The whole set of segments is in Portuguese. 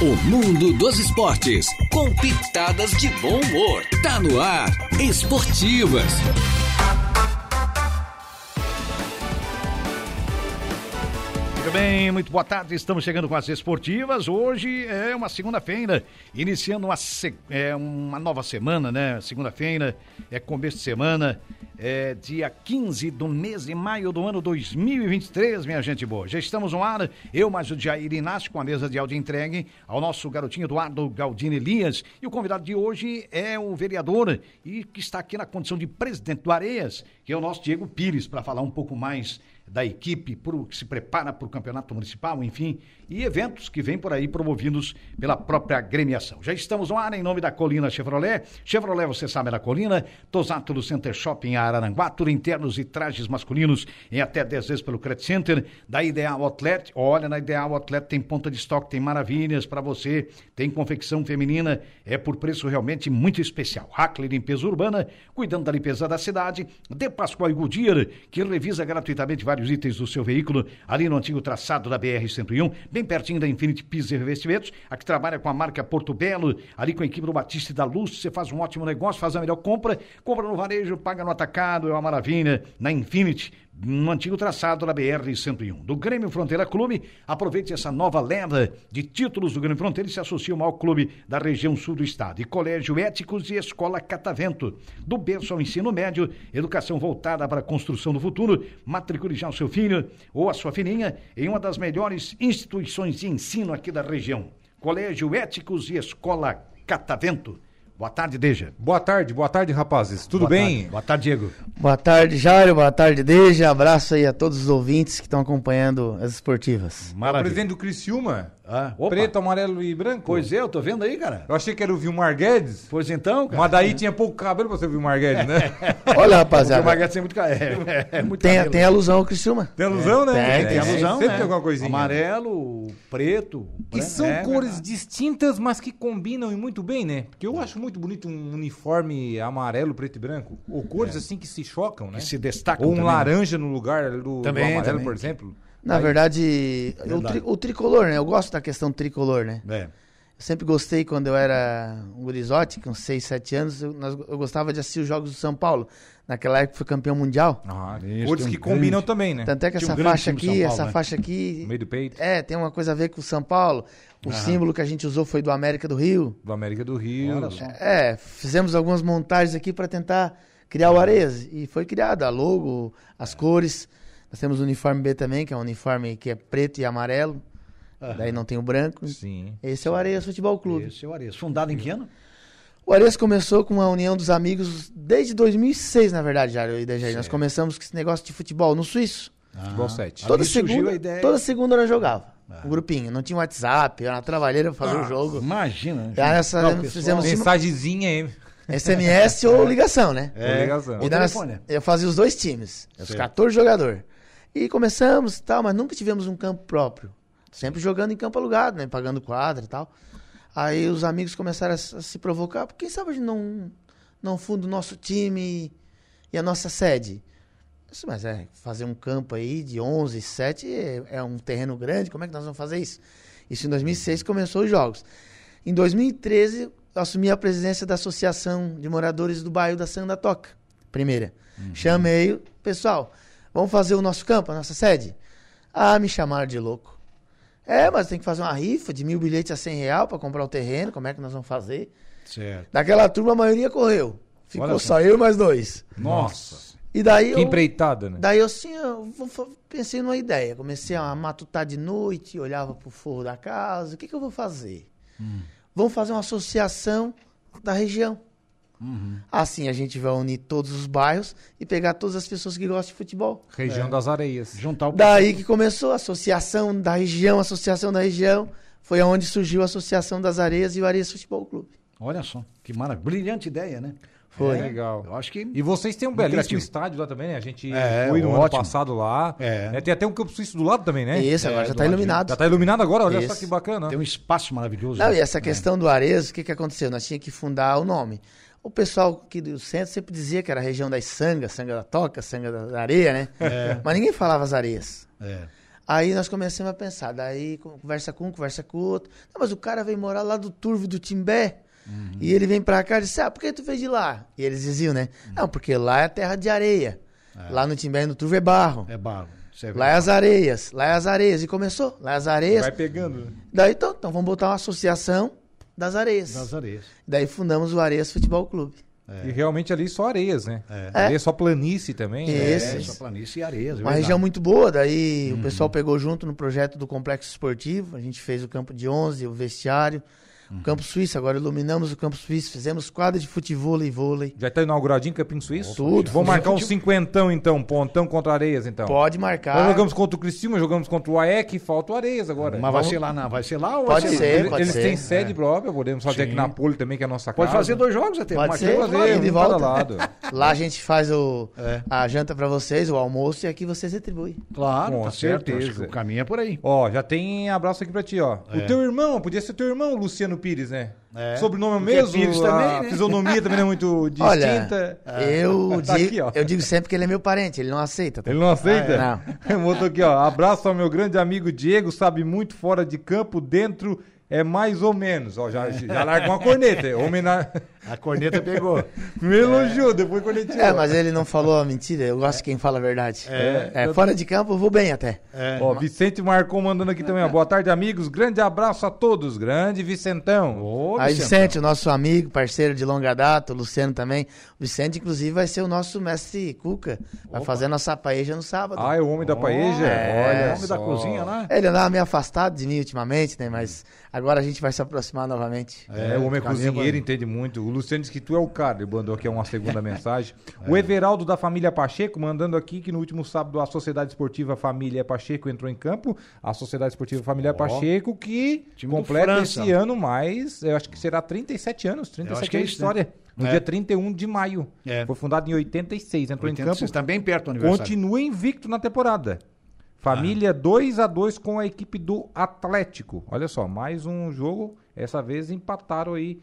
O mundo dos esportes, com pitadas de bom humor. Tá no ar, Esportivas. Muito bem, muito boa tarde, estamos chegando com as Esportivas. Hoje é uma segunda-feira, iniciando uma nova semana, né? Segunda-feira é começo de semana, é dia 15 do mês de maio do ano 2023, minha gente boa. Já estamos no ar, eu mais o Jair Inácio com a mesa de áudio entregue ao nosso garotinho Eduardo Galdino Elias. E o convidado de hoje é o vereador e que está aqui na condição de presidente do Areias, que é o nosso Diego Pires, para falar um pouco mais da equipe que se prepara para o campeonato municipal, enfim, e eventos que vêm por aí promovidos pela própria agremiação. Já estamos no ar em nome da Colina Chevrolet. Chevrolet, você sabe, é da Colina. Tosato do Center Shopping Araranguá, tudo internos e trajes masculinos em até 10 vezes pelo Credit Center. Da Ideal Outlet, olha, na Ideal Outlet tem ponta de estoque, tem maravilhas para você, tem confecção feminina, é por preço realmente muito especial. Hackley Limpeza Urbana, cuidando da limpeza da cidade. De Pascoal e Goodyear, que revisa gratuitamente vários itens do seu veículo, ali no antigo traçado da BR-101, bem pertinho da Infinity Pisos e Revestimentos, aqui trabalha com a marca Porto Belo, ali com a equipe do Batista e da Luz, você faz um ótimo negócio, faz a melhor compra no varejo, paga no atacado, é uma maravilha, na Infinity, no antigo traçado da BR-101. Do Grêmio Fronteira Clube, aproveite essa nova leva de títulos do Grêmio Fronteira e se associe ao maior clube da região sul do estado. E Colégio Éticos e Escola Catavento. Do berço ao ensino médio, educação voltada para a construção do futuro. Matricule já o seu filho ou a sua filhinha em uma das melhores instituições de ensino aqui da região. Colégio Éticos e Escola Catavento. Boa tarde, Deja. Boa tarde, rapazes. Tudo bem? Boa tarde, Diego. Boa tarde, Jário. Boa tarde, Deja. Abraço aí a todos os ouvintes que estão acompanhando as Esportivas. Maravilha. O presidente do Criciúma, Opa. Preto, amarelo e branco. Pois é, eu tô vendo aí, cara. Eu achei que era o Vilmar Guedes. Pois então, cara. Mas daí tinha pouco cabelo pra ser o Vilmar Guedes, né? Olha, rapaziada. O Vilmar Guedes tem muito cabelo. Tem alusão ao Criciúma. Tem alusão, né? Tem alusão, sempre né? tem alguma coisinha. Amarelo, preto. E são cores distintas, mas que combinam e muito bem, né? Porque eu acho muito bonito um uniforme amarelo, preto e branco. Ou cores assim que se chocam, né? Que se destacam. Ou um também, laranja no lugar do amarelo, por exemplo. Na verdade, o tricolor, né? Eu gosto da questão tricolor, né? É. Eu sempre gostei, quando eu era um gurizote, com 6, 7 anos, eu gostava de assistir os jogos do São Paulo. Naquela época foi campeão mundial. Cores que combinam também, né? Tanto é que Tinha essa um grande faixa time aqui, São Paulo, faixa aqui... No meio do peito. tem uma coisa a ver com o São Paulo. O símbolo que a gente usou foi do América do Rio. Do América do Rio. Olha só. Fizemos algumas montagens aqui para tentar criar o Areias. E foi criada a logo, as cores. Nós temos o uniforme B também, que é um uniforme que é preto e amarelo. Daí não tem o branco. Sim. Esse é o Areias Futebol Clube. Esse é o Areias. Fundado em que ano? O Areias começou com uma união dos amigos desde 2006, na verdade, Jário e Dejaí. Nós começamos com esse negócio de futebol no Suíço. Futebol 7. Toda segunda nós jogava. O grupinho. Não tinha WhatsApp, era uma trabalheira fazer o jogo. Imagina. Fizemos mensagenzinha aí. SMS ou ligação, né? Ligação. E eu fazia os dois times, os 14 jogadores. E começamos e tal, mas nunca tivemos um campo próprio. Sempre jogando em campo alugado, né? Pagando quadra e tal. Aí os amigos começaram a se provocar, porque quem sabe a gente não funda o nosso time e a nossa sede. Mas fazer um campo aí de 11, 7 é um terreno grande, como é que nós vamos fazer isso? Isso em 2006 começou os jogos. Em 2013, eu assumi a presidência da Associação de Moradores do Bairro da Sanga da Toca, primeira. Chamei, pessoal, vamos fazer o nosso campo, a nossa sede? Me chamaram de louco. Mas tem que fazer uma rifa de 1.000 bilhetes a R$100 para comprar o terreno, como é que nós vamos fazer? Certo. Daquela turma, a maioria correu. Ficou só eu e mais 2. Nossa. E daí que empreitada, né? Daí pensei numa ideia. Comecei a matutar de noite, olhava pro forro da casa. O que eu vou fazer? Vamos fazer uma associação da região. Assim a gente vai unir todos os bairros e pegar todas as pessoas que gostam de futebol. Região das Areias. Daí que começou a associação da região. Foi onde surgiu a Associação das Areias e o Areias Futebol Clube. Olha só, que maravilha. Brilhante ideia, né? Foi. Legal. Eu acho que... E vocês têm um belíssimo estádio lá também, né? A gente foi no ótimo. ano passado lá. Tem até um campo suíço do lado também, né? Isso, agora já está iluminado. Já está iluminado agora, olha só que bacana. Tem um espaço maravilhoso. Não, e essa questão do Areias, o que aconteceu? Nós tínhamos que fundar o nome. O pessoal aqui do centro sempre dizia que era a região das Sangas, Sanga da Toca, Sanga da Areia, né? Mas ninguém falava as areias. Aí nós começamos a pensar, daí conversa com um, conversa com o outro. Não, mas o cara veio morar lá do Turvo do Timbé. E ele vem pra cá e disse, por que tu veio de lá? E eles diziam, né? Não, porque lá é terra de areia. Lá no Timbé e no Turvo é barro. É barro. Lá é as areias, lá é as areias. E começou, lá é as areias. Vai pegando, né? Daí então vamos botar uma associação das areias. Das areias. Daí fundamos o Areias Futebol Clube. E realmente ali só areias, né? Ali é só planície também. Isso. Só planície e areias. Uma região muito boa, daí o pessoal pegou junto no projeto do Complexo Esportivo, a gente fez o campo de 11, o vestiário, o campo suíço, agora iluminamos o campo suíço, fizemos quadra de futevôlei e vôlei. Já tá inauguradinho Campinho Suíço? Tudo. Vamos marcar uns 50 então, pontão contra areias então. Pode marcar. Nós jogamos contra o Criciúma, jogamos contra o AEC, falta o Areias agora. Mas vai ser lá ou Pode vai ser, lá? pode Eles ser. têm sede própria, podemos fazer aqui Sim. na Poli também, que é a nossa Pode casa. fazer 2 jogos até. Pode marcar ser. fazer. fazer, ida e um para volta. lado. Lá a gente faz a janta pra vocês, o almoço, e aqui vocês retribuem. Claro, Com tá certo. certeza. Acho que o caminho é por aí. Ó, já tem abraço aqui pra ti, ó. O teu irmão, podia ser teu irmão, Luciano Pires, né? Sobrenome Porque mesmo, Pires também, a né? fisionomia também não é muito Olha, distinta. eu, Tá digo, aqui, ó. eu digo sempre que ele é meu parente, ele não aceita. Tá? Ele não aceita? Não. Botou aqui, ó. Abraço ao meu grande amigo Diego, sabe muito fora de campo, dentro é mais ou menos. Ó, já larga uma corneta. A corneta pegou. Primeiro elogio, depois cornetinha. Mas ele não falou a mentira, eu gosto de quem fala a verdade. Fora de campo eu vou bem até. Ó, Vicente Marcon mandando aqui também, ó. Boa tarde, amigos. Grande abraço a todos. Grande Vicentão. Ô, Aí Vicentão. Vicente, o nosso amigo, parceiro de longa data, o Luciano também. O Vicente, inclusive, vai ser o nosso mestre Cuca. Vai fazer a nossa paeja no sábado. Ah, é o homem da paeja? Olha, o homem da cozinha lá. Ele andava meio afastado de mim ultimamente, né? Mas agora a gente vai se aproximar novamente. O homem é caminho cozinheiro, vai- entende muito. O Luciano disse que tu é o cara, ele mandou aqui uma segunda mensagem. O Everaldo da família Pacheco mandando aqui que no último sábado a Sociedade Esportiva Família Pacheco entrou em campo. A Sociedade Esportiva Família Pacheco que Time do completa França. esse ano mais, eu acho que será 37 anos, 37 que é anos de isso, né? história. No dia 31 de maio. É. Foi fundado em 86, entrou em campo. Você está bem perto do aniversário. Continua invicto na temporada. Família 2-2 com a equipe do Atlético. Olha só, mais um jogo. Essa vez empataram aí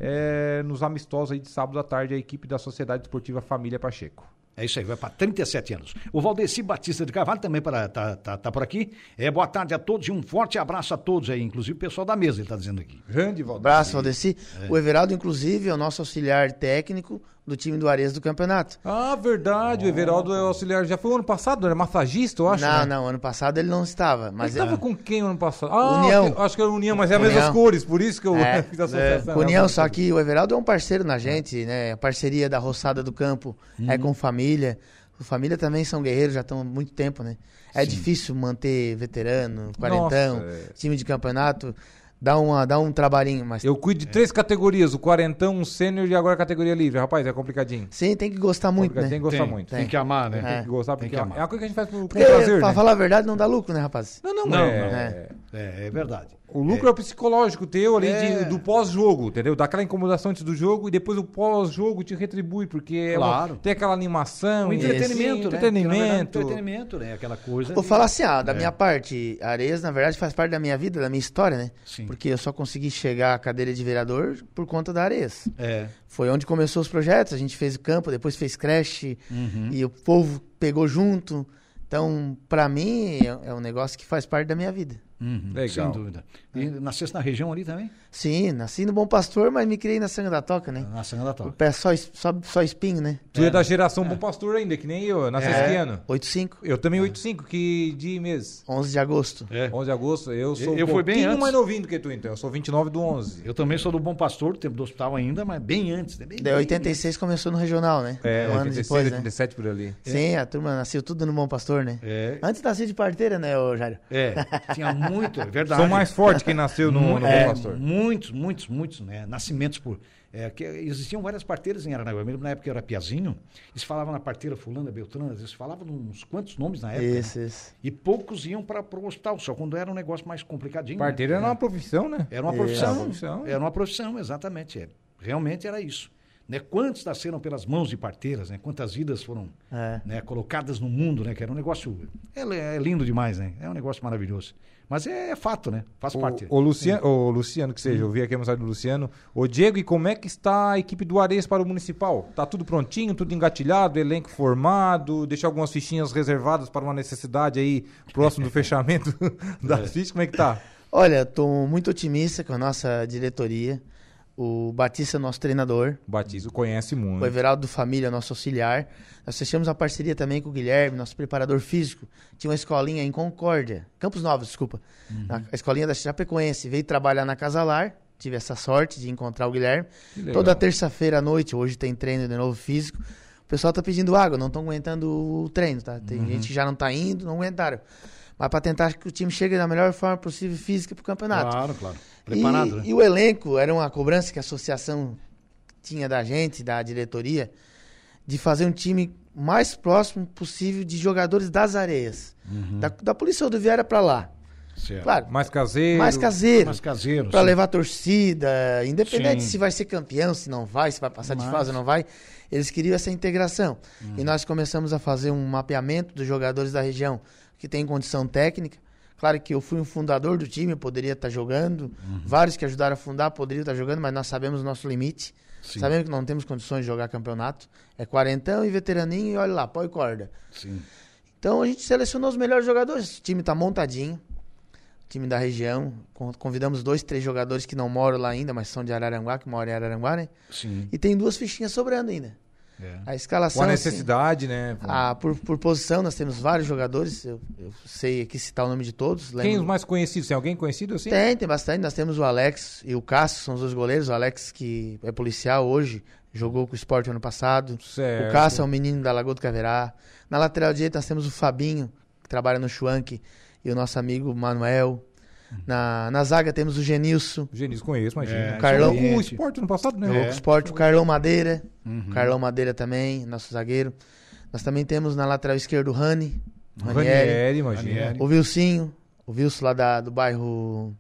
nos amistosos aí de sábado à tarde a equipe da Sociedade Esportiva Família Pacheco. É isso aí, vai para 37 anos. O Valdeci Batista de Carvalho também tá por aqui. Boa tarde a todos e um forte abraço a todos aí, inclusive o pessoal da mesa, ele está dizendo aqui. Grande, Valdeci. Abraço, Valdeci. O Everaldo, inclusive, é o nosso auxiliar técnico do time do Areias do campeonato. Ah, verdade, o Everaldo é o auxiliar. Já foi o ano passado, era massagista, eu acho, né? Não, ano passado ele não estava. Mas Ele tava com quem no ano passado? União. Acho que era União, mas é as União. mesmas cores, por isso que eu fiz a associação. com União, só que o Everaldo é um parceiro na gente, né? A parceria da Roçada do Campo é com família. O família também são guerreiros, já estão há muito tempo, né? É difícil manter veterano, quarentão, time de campeonato. Dá um trabalhinho, mas... Eu cuido de 3 categorias, o quarentão, o sênior e agora a categoria livre. Rapaz, é complicadinho. Sim, tem que gostar muito, né? Tem que gostar muito. Tem que amar, né? Tem que gostar, Tem porque que é amar. uma coisa que a gente faz com Porque, prazer, pra né? falar a verdade, não dá lucro, né, rapaz? Não, Não, é. É verdade. O lucro é o psicológico teu ali do pós-jogo, entendeu? Daquela incomodação antes do jogo e depois o pós-jogo te retribui, porque Claro. tem aquela animação. O entretenimento, né? Entretenimento. Entretenimento, né? Aquela coisa. Vou falar assim, da minha parte, a Areias, na verdade, faz parte da minha vida, da minha história, né? Sim. Porque eu só consegui chegar à cadeira de vereador por conta da Areias. É. Foi onde começou os projetos, a gente fez o campo, depois fez creche, e o povo pegou junto. Então, pra mim, é um negócio que faz parte da minha vida. Legal. Sem dúvida. E nasceste na região ali também? Sim, nasci no Bom Pastor, mas me criei na Sanga da Toca, né? Na Sanga da O Toca. pé só espinho, né? Tu é da geração Bom Pastor ainda, que nem eu. Nasci esse ano. 8-5, Eu também 8-5, que dia e mês? 11 de agosto. 11 de agosto. Eu sou Eu um fui bem pouquinho antes. mais novinho do que tu, então. Eu sou 29 do 11. Eu também sou do Bom Pastor, do tempo do hospital ainda, mas bem antes. Né? Daí 86 começou no regional, né? Um ano 86, depois, né? 87 por ali. Sim, a turma nasceu tudo no Bom Pastor, né? É. Antes nasci de parteira, né, ô Jairo? Tinha muito, é verdade. Sou mais forte quem nasceu no Bom Pastor. Muitos, né? Nascimentos por... que existiam várias parteiras em Aranaguá. Eu me lembro na época que eu era piazinho, eles falavam na parteira fulana, beltrana, eles falavam uns quantos nomes na época. Isso, né? isso. E poucos iam para o hospital, só quando era um negócio mais complicadinho. Parteira né? era uma profissão, né? Era uma Era profissão. uma profissão. Era uma profissão, exatamente. Realmente era isso. né? Quantos nasceram pelas mãos de parteiras, né? Quantas vidas foram né, colocadas no mundo, né? Que era um negócio... É lindo demais, né? É um negócio maravilhoso. Mas é fato, né? Faz parte. O Luciano, que seja, eu vi aqui a mensagem do Luciano. Ô Diego, e como é que está a equipe do Areias para o Municipal? Tá tudo prontinho, tudo engatilhado, elenco formado, deixar algumas fichinhas reservadas para uma necessidade aí próximo do fechamento das fichas, como é que tá? Olha, estou muito otimista com a nossa diretoria. O Batista é nosso treinador. O Batista conhece muito. O Everaldo Família, nosso auxiliar. Nós fechamos a parceria também com o Guilherme, nosso preparador físico. Tinha uma escolinha em Concórdia, Campos Novos, desculpa. A escolinha da Chapecoense. Veio trabalhar na Casalar. Tive essa sorte de encontrar o Guilherme. Toda terça-feira à noite, hoje tem treino de novo físico. O pessoal tá pedindo água, não estão aguentando o treino, tá? Tem gente que já não tá indo, não aguentaram. Mas para tentar que o time chegue da melhor forma possível física pro campeonato. Claro. Preparado, né? E o elenco, era uma cobrança que a associação tinha da gente, da diretoria, de fazer um time mais próximo possível de jogadores das Areias. Da Polícia Rodoviária para lá. Certo. Claro. Mais caseiro. Mais caseiro. Para sim. levar a torcida, independente Sim. se vai ser campeão, se não vai, se vai passar de fase ou não vai. Eles queriam essa integração. E nós começamos a fazer um mapeamento dos jogadores da região que tem condição técnica. Claro que eu fui um fundador do time, eu poderia estar jogando. Vários que ajudaram a fundar poderiam estar jogando, mas nós sabemos o nosso limite. Sim. Sabemos que não temos condições de jogar campeonato. É quarentão e veteraninho e olha lá, pó e corda. Sim. Então a gente selecionou os melhores jogadores. O time está montadinho. O time da região. Convidamos 2, 3 jogadores que não moram lá ainda, mas são de Araranguá, que moram em Araranguá, né? Sim. E tem 2 fichinhas sobrando ainda. A escalação... Com a necessidade, né? Por posição, nós temos vários jogadores. Eu sei aqui citar o nome de todos. Quem os mais conhecidos? Tem alguém conhecido assim? Tem bastante. Nós temos o Alex e o Cássio, são os 2 goleiros. O Alex, que é policial hoje, jogou com o Sport ano passado. Certo. O Cássio é um menino da Lagoa do Caverá. Na lateral direita, nós temos o Fabinho, que trabalha no Schwank, e o nosso amigo Manuel. Na zaga temos o Genilson. O Genilson conheço, imagina. O Carlão. Jogou com o Sport no passado, né? Jogou com o Sport. O Carlão Madeira. O Carlão Madeira também, nosso zagueiro. Nós também temos na lateral esquerda o Rani. Ranieri, imagina. O Wilson lá do bairro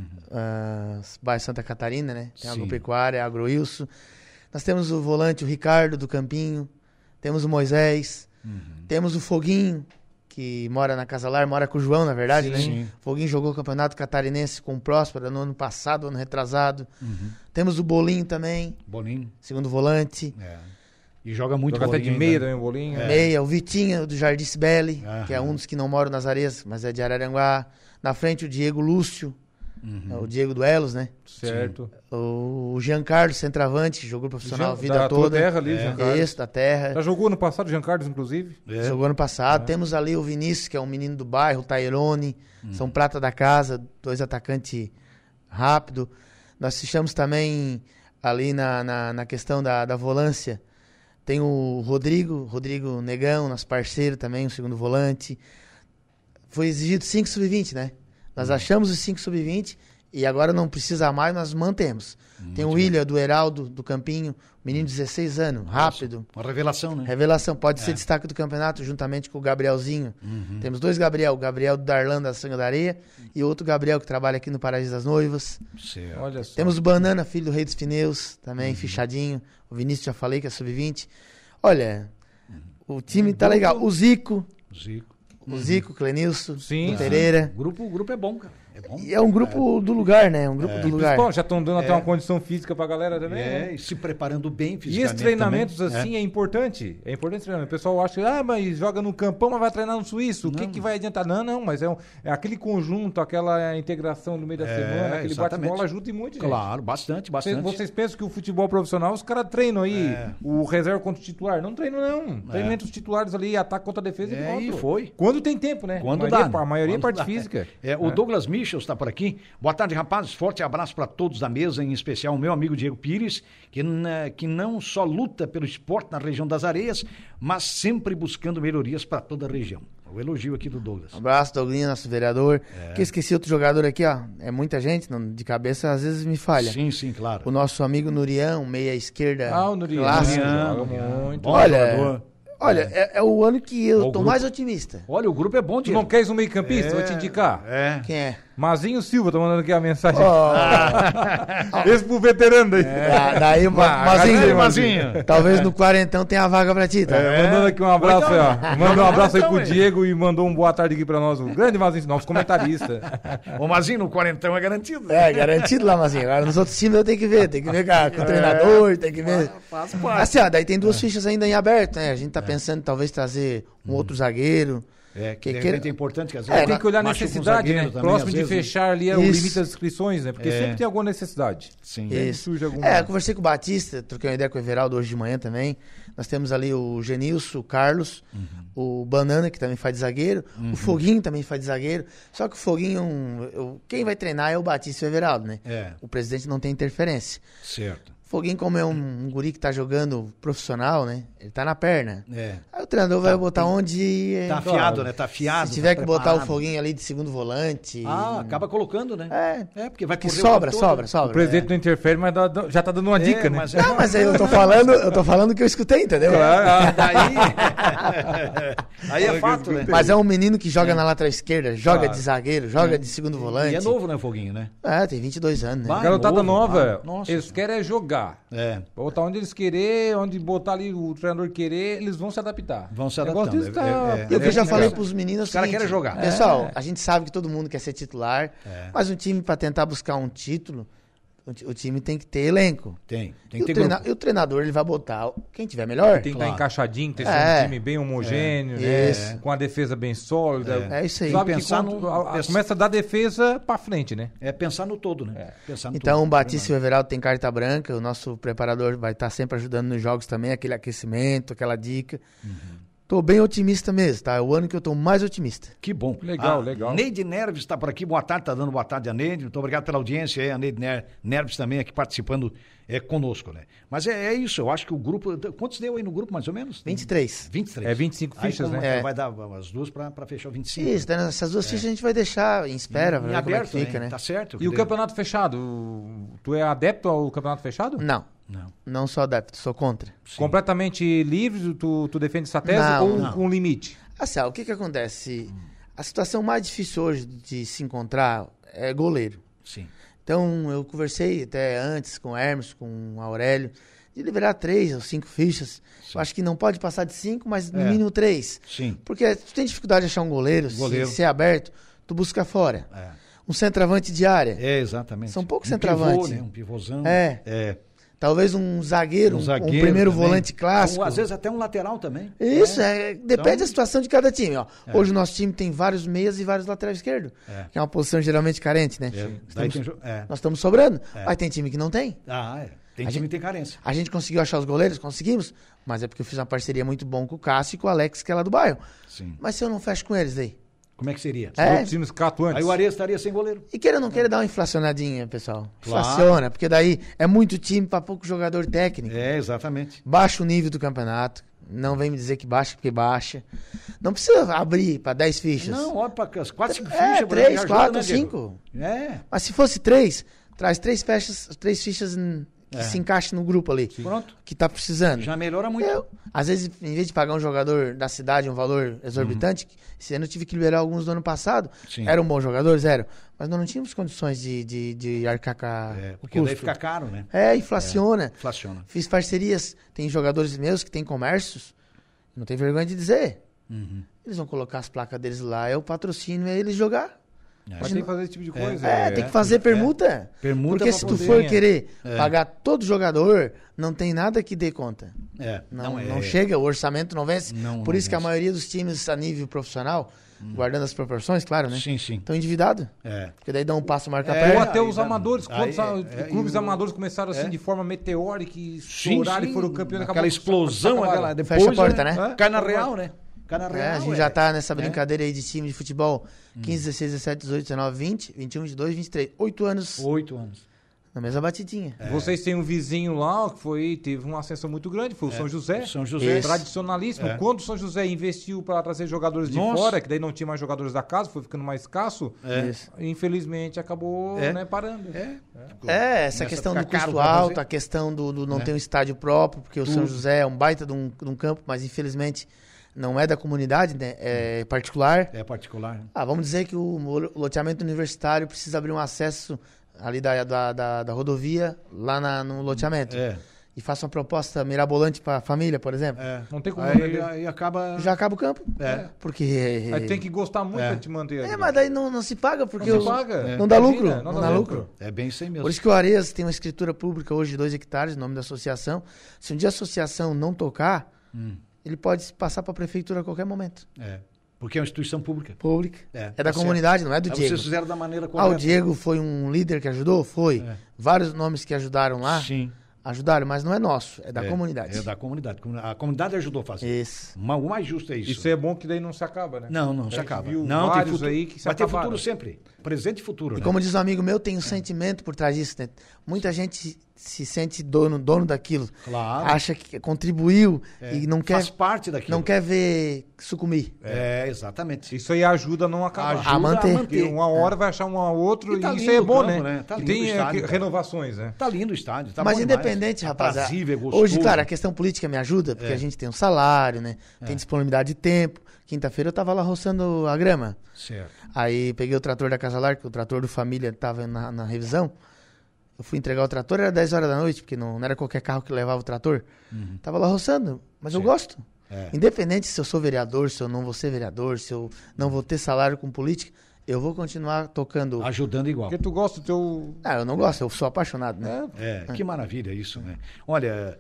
bairro Santa Catarina, né? Tem agropecuária, agroilson. Nós temos o volante, o Ricardo, do Campinho. Temos o Moisés. Temos o Foguinho, que mora na Casalar, mora com o João, na verdade, né? Sim. O Foguinho jogou o Campeonato Catarinense com o Próspera no ano passado, ano retrasado. Temos o Bolinho também. Bolinho. Segundo volante. E joga muito Joga até Bolinho de meia ainda. também, o Bolinho. Meia, o Vitinho, do Jardim Cibele, que é um dos que não moram nas Areias, mas é de Araranguá. Na frente, o Diego Lúcio, o Diego do Elos, né? Certo. O Giancarlo, centroavante, que jogou profissional a vida da tua toda. terra ali, Giancarlo. Isso, da terra. Já jogou no passado, o Giancarlo, inclusive? Jogou ano passado. Temos ali o Vinícius, que é um menino do bairro, o Tairone, são prata da casa, 2 atacantes rápido. Nós fechamos também ali na questão da volância. Tem o Rodrigo Negão, nosso parceiro também, o segundo volante. Foi exigido 5 sub-20, né? Nós achamos os 5 sub-20 e agora não precisa mais, nós mantemos. Tem o William, do Heraldo, do Campinho, menino de 16 anos, rápido. Uma revelação, né? Revelação, pode ser destaque do campeonato, juntamente com o Gabrielzinho. Temos 2 Gabriel, o Gabriel do Darlan, da Sanga da Areia, e outro Gabriel que trabalha aqui no Paraíso das Noivas. Certo. Olha só. Temos o Banana, filho do Rei dos Pneus, também fichadinho. O Vinícius já falei que é sub-20. Olha, o time tá legal. O Zico, Clenilson, Sim, o Pereira. O grupo é bom, cara. É bom. E é um grupo do lugar, né? Um grupo do lugar. Bom, já estão dando até uma condição física pra galera também. né? E se preparando bem E fisicamente. esses treinamentos também. assim é importante. É importante treinamento. O pessoal acha, mas joga no campão, mas vai treinar no suíço. O que vai adiantar? Não, mas é aquele conjunto, aquela integração no meio da semana, aquele exatamente. bate-bola ajuda e muito, gente. Claro, bastante. Vocês pensam que o futebol profissional, os caras treinam aí o reserva contra o titular? Não treinam, não. Treinam entre os titulares ali, ataque contra a defesa e pronto. E foi. Quando tem tempo, né? Quando A maioria é Quando parte dá. física. O Douglas Michel está por aqui. Boa tarde, rapazes. Forte abraço para todos da mesa, em especial o meu amigo Diego Pires, que não só luta pelo esporte na região das Areias, mas sempre buscando melhorias para toda a região. O elogio aqui do Douglas. Um abraço, Douglinho, nosso vereador. Que eu esqueci outro jogador aqui, ó. É muita gente, de cabeça às vezes me falha. Sim, claro. O nosso amigo Nurião, meia esquerda. O Nurião. Clássico. Muito. Bom Olha, jogador. é o ano que eu tô grupo. mais otimista. Olha, o grupo é bom, Tu Diego. não queres um meio campista? Vou te indicar. Quem é? Mazinho Silva tá mandando aqui a mensagem. Ó, Esse pro veterano aí. daí, Mazinho. Mazinho, talvez no quarentão tenha a vaga pra ti, tá? Mandando aqui um abraço aí, ó. Mandou um abraço aí Então, pro Diego e mandou um boa tarde aqui pra nós. O grande Mazinho, nosso comentarista. O Mazinho no quarentão é garantido. É, garantido lá, Mazinho. Agora nos outros times eu tenho que ver com o treinador, tem que ver. Faz parte. Assim, ó, daí tem duas fichas ainda em aberto, né? A gente tá pensando em talvez trazer um outro zagueiro. Que de que- repente é importante que às vezes Tem que olhar a machuca um necessidade, né? zagueiro também, Próximo às de vezes, fechar ali é o Isso. limite das inscrições, né? Porque sempre tem alguma necessidade. Sim. Sempre Isso. surge algum... Eu conversei com o Batista, troquei uma ideia com o Everaldo hoje de manhã também. Nós temos ali o Genilson, o Carlos, o Banana, que também faz de zagueiro, o Foguinho também faz de zagueiro. Só que o Foguinho, quem vai treinar é o Batista e o Everaldo, né? É, O presidente não tem interferência. certo. Foguinho, como é um guri que tá jogando profissional, né? Ele tá na perna. É. Aí o treinador vai botar onde... Tá afiado, né? Tá afiado. Se tiver tá que botar o preparado. Foguinho ali de segundo volante... Acaba colocando, né? É, porque vai que correr sobra, o tempo todo. sobra. O presidente não interfere, mas já tá dando uma dica, né? Mas Não, mas aí eu tô falando o que eu escutei, entendeu? Aí é fato, né? Mas é um menino que joga na lateral esquerda, joga de zagueiro, joga de segundo volante. E é novo, né, Foguinho, né? Tem 22 anos, né? Vai. Garotada novo, nova, nossa. eles querem é jogar. É. Botar onde eles querer, onde botar ali o treinador querer, eles vão se adaptar. Vão se O negócio adaptando, deles tá- E o que eu já É, falei cara. pros meninos é o Os caras seguinte, querem jogar. Pessoal, a gente sabe que todo mundo quer ser titular, É. mas um time pra tentar buscar um título, o time tem que ter elenco. Tem E que o, ter e o treinador, ele vai botar quem tiver melhor. Tem que Claro. estar encaixadinho, ter É. um time bem homogêneo, né? Isso. Com a defesa bem sólida. É isso aí. Sabe que Pensar quando no- começa da defesa pra frente, né? É pensar no todo, né? Pensar no Então todo. o Batista e o Everaldo tem carta branca, o nosso preparador vai estar sempre ajudando nos jogos também, aquele aquecimento, aquela dica. Tô bem otimista mesmo, tá? É o ano que eu tô mais otimista. Que bom. Legal, A legal. Neide Nerves está por aqui. Boa tarde, tá dando boa tarde a Neide. Muito obrigado pela audiência. A Neide Nerves também aqui participando conosco, né? Mas é isso, eu acho que o grupo... Quantos deu aí no grupo, mais ou menos? 23. 23. É 25 Aí, fichas, como né? é que É. vai dar as duas para fechar o 25. Isso, né? Essas duas fichas a gente vai deixar em espera, pra Em ver como é aberto, que fica, né? né? Tá certo. E o campeonato fechado? Tu é adepto ao campeonato fechado? Não, Não. não sou adepto, sou contra. Sim. Completamente livre? Tu defende essa tese Não, ou não. com limite? Assim, ó, o que acontece? A situação mais difícil hoje de se encontrar é goleiro. Sim. Então, eu conversei até antes com o Hermes, com o Aurélio, de liberar 3 ou 5 fichas. Eu acho que não pode passar de 5, mas no mínimo 3. Sim. Porque tu tem dificuldade de achar um goleiro, Goleiro. se é aberto, tu busca fora. É. Um centroavante de área. Exatamente. São poucos um centroavantes. Pivô, né? Um pivôzão. É. Talvez um zagueiro, um primeiro também. volante clássico. Ou, às vezes até um lateral também. Isso, depende Então- da situação de cada time. Ó. Hoje o nosso time tem vários meias e vários laterais esquerdos, que é uma posição geralmente carente, né? Daí tem Nós estamos sobrando, mas tem time que não tem. Tem time que tem carência. A gente conseguiu achar os goleiros? Conseguimos, mas é porque eu fiz uma parceria muito bom com o Cássio e com o Alex, que é lá do bairro. Sim. Mas se eu não fecho com eles aí? Como é que seria? Outros times catam antes. Aí o Arias estaria sem goleiro. E queira ou não queira dar uma inflacionadinha, pessoal. Claro. Inflaciona, porque daí é muito time para pouco jogador técnico. Exatamente. Baixa o nível do campeonato. Não vem me dizer que baixa, porque baixa. Não precisa abrir para 10 fichas. Não, olha para as 4, 5 fichas. 3, já 4, ajuda, né, Diego? 5. É. Mas se fosse 3, traz 3 fichas que se encaixem no grupo ali. Pronto. Que tá precisando. Já melhora muito. Às vezes, em vez de pagar um jogador da cidade um valor exorbitante, esse ano eu tive que liberar alguns do ano passado. Sim. Era um bom jogador, zero. Mas nós não tínhamos condições de arcar com o Porque custo. daí fica caro, né? Inflaciona. Inflaciona. Fiz parcerias. Tem jogadores meus que têm comércios. Não tem vergonha de dizer. Eles vão colocar as placas deles lá, eu patrocínio é eles jogar. Mas tem que fazer esse tipo de coisa. Tem que fazer permuta. Permuta Porque pra se tu poder- for querer pagar todo jogador, não tem nada que dê conta. Não chega, o orçamento não vence. Não, Por não isso que a vence. maioria dos times a nível profissional, guardando as proporções, claro, né? Sim, sim. Estão endividados. É. Porque daí dá um passo, marca Ou perto. até aí os dá- amadores, aí, quantos clubes e o- amadores começaram assim de forma meteórica e Sim, estouraram sim. e foram campeões. Aquela explosão, aquela... Depois, Fecha a porta, né? Cai na real, né? Cai na real, A gente já tá nessa brincadeira aí de time de futebol. 15, 16, 17, 18, 19, 20, 21, 22, 23. 8 anos 8 anos. na mesma batidinha. Vocês têm um vizinho lá que teve uma ascensão muito grande, foi o São José. São José. Isso. Tradicionalíssimo. É. Quando o São José investiu para trazer jogadores de Nossa. fora, que daí não tinha mais jogadores da casa, foi ficando mais escasso, Isso. infelizmente acabou parando. Essa Começa questão a do ficar caro custo pra alto, fazer. a questão do não ter um estádio próprio, porque o São José é um baita de um campo, mas infelizmente não é da comunidade, né? É particular. É particular. Vamos dizer que o loteamento universitário precisa abrir um acesso ali da rodovia lá no loteamento. E faça uma proposta mirabolante para a família, por exemplo. Não tem como aí acaba... Já acaba o campo. Porque... Aí tem que gostar muito pra te manter ali. Mas daí não se paga, porque não se paga. Não dá lucro. Imagina, não dá lucro. É bem isso aí mesmo. Por isso que o Areias tem uma escritura pública hoje de 2 hectares, em nome da associação. Se um dia a associação não tocar, ele pode passar para a prefeitura a qualquer momento. Porque é uma instituição pública. Pública. É da comunidade, não é do Diego. Vocês fizeram da maneira correta. O Diego foi um líder que ajudou? Foi. Vários nomes que ajudaram lá. Sim. Ajudaram, mas não é nosso, é da comunidade. É da comunidade. A comunidade ajudou a fazer. Isso. O mais justo é isso. Isso é bom que daí não se acaba, né? Não se acaba. Não, tem futuro. aí que se vai ter acabaram. futuro sempre. Presente e futuro, E né? como diz um amigo meu, tem um sentimento por trás disso, né? Muita gente se sente dono daquilo. Claro. Acha que contribuiu e não quer... Faz parte daquilo. Não quer ver sucumbir. Exatamente. Isso aí ajuda a não acabar. Ajuda a manter. Porque uma hora vai achar um outro E tá e isso lindo aí é o bom, campo, né? né? Tá E lindo o tem estádio, renovações, né? Tá lindo o estádio. Tá Mas bom independente, demais. rapaz. Aprazível, é gostoso. Hoje, claro, a questão política me ajuda, porque a gente tem um salário, né? Tem disponibilidade de tempo. Quinta-feira eu tava lá roçando a grama. Certo. Aí peguei o trator da Casa Lar, que o trator do família tava na revisão. Eu fui entregar o trator, era 10 horas da noite, porque não era qualquer carro que levava o trator. Tava lá roçando, mas eu gosto. Independente se eu sou vereador, se eu não vou ser vereador, se eu não vou ter salário com política, eu vou continuar tocando. Ajudando igual. Porque tu gosta do teu... Eu não gosto, eu sou apaixonado, né? Que maravilha isso, né? Olha,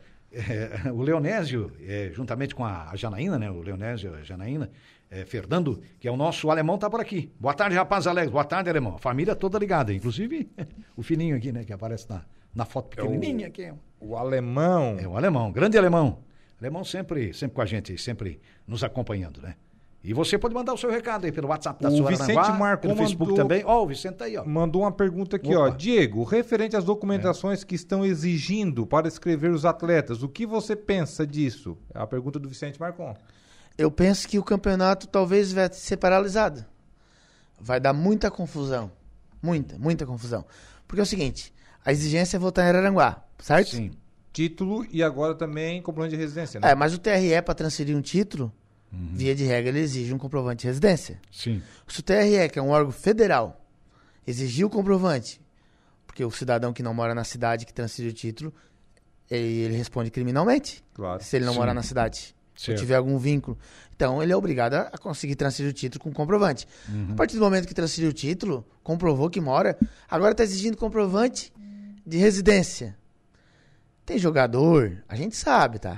o Leonésio, juntamente com a Janaína, né? O Leonésio, a Janaína, Fernando, que é o nosso alemão, tá por aqui. Boa tarde, rapaz Alex. Boa tarde, alemão. Família toda ligada, inclusive o fininho aqui, né? Que aparece na foto pequenininha aqui. O alemão. É o alemão, grande alemão. Alemão sempre com a gente, sempre nos acompanhando, né? E você pode mandar o seu recado aí pelo WhatsApp da sua Vicente Marcon pelo Facebook também. O Vicente tá aí, ó. Mandou uma pergunta aqui, Opa. ó. Diego, referente às documentações que estão exigindo para escrever os atletas, o que você pensa disso? É a pergunta do Vicente Marcon. Eu penso que o campeonato talvez vai ser paralisado. Vai dar muita confusão. Muita confusão. Porque é o seguinte, a exigência é votar em Araranguá, certo? Sim. Título e agora também comprovante de residência, né? Mas o TRE, para transferir um título, via de regra, ele exige um comprovante de residência. Sim. Se o TRE, que é um órgão federal, exigir o comprovante, porque o cidadão que não mora na cidade que transferiu o título, ele responde criminalmente. Claro. Se ele não morar na cidade. Certo. Se tiver algum vínculo. Então, ele é obrigado a conseguir transferir o título com comprovante. A partir do momento que transferiu o título, comprovou que mora, agora está exigindo comprovante de residência. Tem jogador, a gente sabe, tá?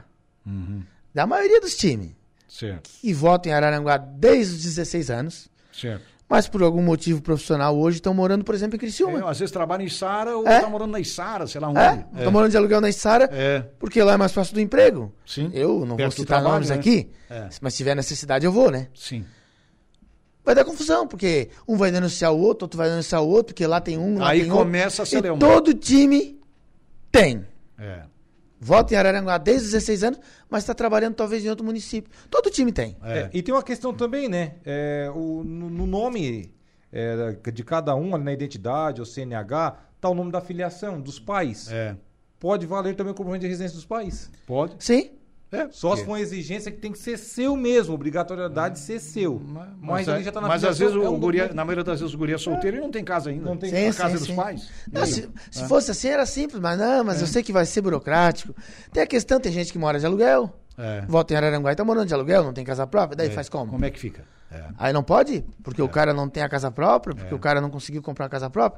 Da maioria dos times, Certo. que votam em Araranguá desde os 16 anos, Certo. mas por algum motivo profissional hoje estão morando, por exemplo, em Criciúma. Às vezes trabalha em Içara ou tá morando na Içara, sei lá onde. Estão morando de aluguel na Içara, porque lá é mais fácil do emprego. Sim. Eu não vou Perto do citar trabalho, nomes né? aqui, É. mas se tiver necessidade eu vou, né? Sim. Vai dar confusão, porque um vai denunciar o outro vai denunciar o outro, porque lá tem um, lá Aí tem começa a outro. ser E leão. todo time tem. É. Vota em Araranguá desde os 16 anos, mas está trabalhando talvez em outro município. Todo time tem. E tem uma questão também, né? No nome de cada um, ali na identidade, ou CNH, tá o nome da filiação, dos pais. Pode valer também o comprovante de residência dos pais. Pode. Sim. Só se for uma exigência que tem que ser seu mesmo, obrigatoriedade de ser seu. Mas ali já tá na Mas às filiação, vezes um o guri, documento. na maioria das vezes o guri é solteiro e não tem casa ainda. Não tem a Sim, casa sim, dos sim. pais. Não, se fosse assim era simples, mas não, eu sei que vai ser burocrático. Tem a questão, tem gente que mora de aluguel, vota em Araranguá e tá morando de aluguel, não tem casa própria, daí faz como? Como é que fica? Aí não pode? Porque o cara não tem a casa própria, porque o cara não conseguiu comprar a casa própria.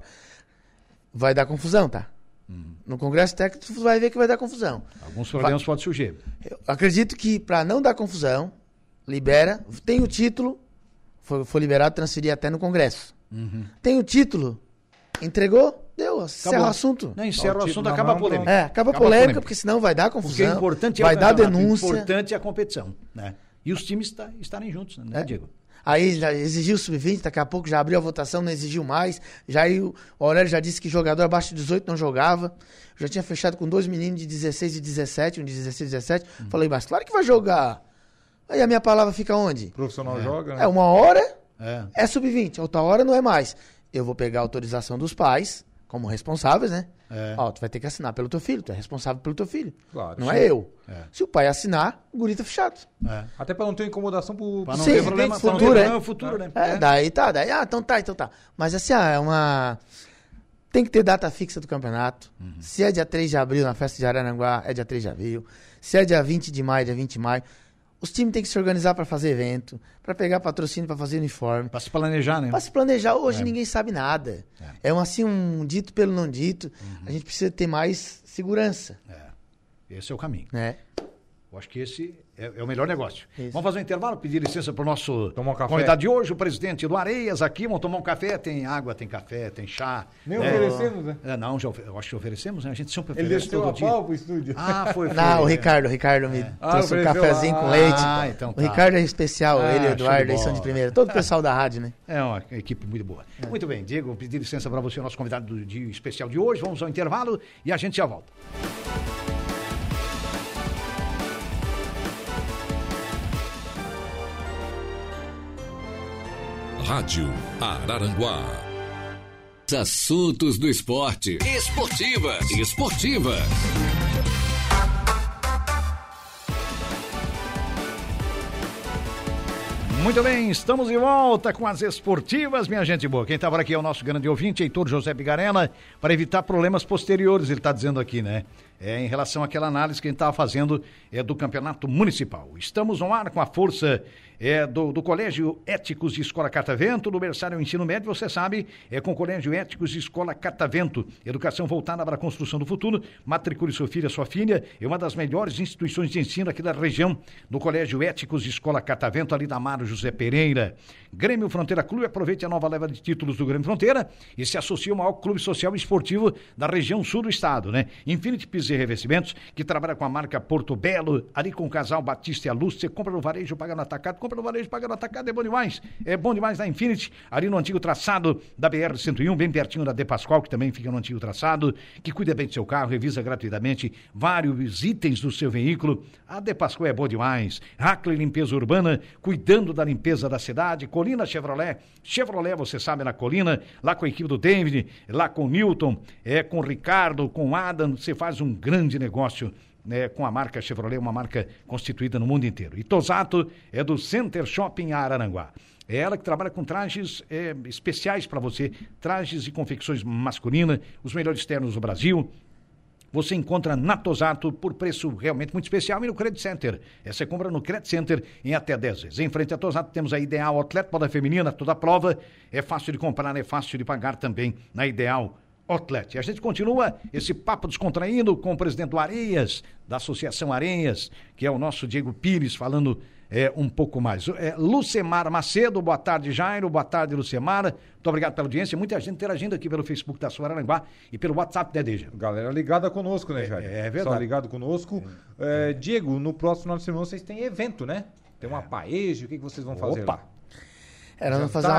Vai dar confusão, tá? No Congresso Técnico tu vai ver que vai dar confusão. Alguns problemas podem surgir. Eu acredito que para não dar confusão, libera, tem o título, foi liberado, transferir até no Congresso. Tem o título, entregou, deu, encerra o assunto. Não, encerra o Tipo, assunto, na acaba a mão, polêmica. Acaba a polêmica, porque senão vai dar Porque confusão, o importante vai é o dar campeonato, denúncia. O importante é a competição, né? E os times estarem juntos, né, Diego? Aí já exigiu o sub-20, daqui a pouco já abriu a votação, não exigiu mais. Já aí o Aurélio já disse que jogador abaixo de 18 não jogava. Já tinha fechado com 2 meninos de 16 e 17, um de 16 e 17. Falei, mas claro que vai jogar. Aí a minha palavra fica onde? O profissional joga, né? Uma hora é sub-20, outra hora não é mais. Eu vou pegar a autorização dos pais, como responsáveis, né? Ó, tu vai ter que assinar pelo teu filho, tu é responsável pelo teu filho. Claro. Não é eu. Se o pai assinar, o guri tá fechado. Até pra não ter incomodação pro Pra não Sim, ter problema futuro, é o futuro, né? Daí, então tá. Mas assim, tem que ter data fixa do campeonato. Se é dia 3 de abril, na festa de Araranguá, é dia 3 de abril. Se é dia 20 de maio, dia 20 de maio. Os times têm que se organizar para fazer evento, para pegar patrocínio, para fazer uniforme. Pra se planejar, né? Para se planejar, hoje ninguém sabe nada. É um dito pelo não dito. A gente precisa ter mais segurança. Esse é o caminho. Né? Eu acho que esse é o melhor negócio. Isso. Vamos fazer um intervalo, pedir licença para o nosso Tomar um café. convidado de hoje, o presidente do Areias aqui. Vamos tomar um café, tem água, tem café, tem chá. Nem oferecemos, né? Não, eu acho que oferecemos, né? A gente sempre Ele oferece desceu todo a dia. pau pro estúdio. Foi. Não, o Ricardo me trouxe um ofereceu cafezinho lá. com leite. Então tá. O Ricardo é especial, ele e o show Eduardo, de eles são de bola. primeira. Todo o pessoal da rádio, né? É uma equipe muito boa. Muito bem, Diego, vou pedir licença para você, nosso convidado do dia especial de hoje. Vamos ao intervalo e a gente já volta. Rádio Araranguá. Assuntos do esporte. Esportivas. Muito bem, estamos de volta com as esportivas, minha gente boa. Quem está por aqui é o nosso grande ouvinte, Heitor José Bigarella, para evitar problemas posteriores, ele está dizendo aqui, né? Em relação àquela análise que a gente estava fazendo do campeonato municipal. Estamos no ar com a força do Colégio Éticos de Escola Catavento, do berçário ao ensino médio, você sabe, com o Colégio Éticos de Escola Catavento. Educação voltada para a construção do futuro. Matricule seu filho, sua filha, é uma das melhores instituições de ensino aqui da região, do Colégio Éticos de Escola Catavento, ali da Amaro José Pereira. Grêmio Fronteira Clube, aproveite a nova leva de títulos do Grêmio Fronteira e se associe ao maior clube social e esportivo da região sul do estado, né? Infinity Pisos e Revestimentos, que trabalha com a marca Porto Belo, ali com o casal Batista e a Luz. Você compra no varejo, paga no atacado, compra no varejo, paga no atacado, é bom demais. É bom demais na Infinity, ali no antigo traçado da BR-101, bem pertinho da De Pascoal, que também fica no antigo traçado, que cuida bem do seu carro, revisa gratuitamente vários itens do seu veículo. A De Pascoal é bom demais. Hackley Limpeza Urbana, cuidando da limpeza da cidade. Colina Chevrolet, você sabe, na Colina, lá com a equipe do David, lá com o Newton, com o Ricardo, com o Adam, você faz um grande negócio com a marca Chevrolet, uma marca constituída no mundo inteiro. E Tosato é do Center Shopping Araranguá. É ela que trabalha com trajes especiais para você, trajes e confecções masculinas, os melhores ternos do Brasil. Você encontra na Tosato por preço realmente muito especial e no Credit Center. Você compra no Credit Center em até 10 vezes. Em frente à Tosato temos a Ideal Outlet, moda feminina, toda a prova. É fácil de comprar, é fácil de pagar também na Ideal Outlet. E a gente continua esse papo descontraído com o presidente do Areias, da Associação Areias, que é o nosso Diego Pires, falando um pouco mais. Lucemar Macedo, boa tarde, Jairo, boa tarde, Lucemar. Muito obrigado pela audiência. Muita gente interagindo aqui pelo Facebook da Sua Araranguá e pelo WhatsApp, né, Deja? Galera ligada conosco, né, Jairo? É verdade. Só ligado conosco. Diego, no próximo final de semana vocês têm evento, né? Tem uma paeja, o que vocês vão fazer lá? Nós vamos fazer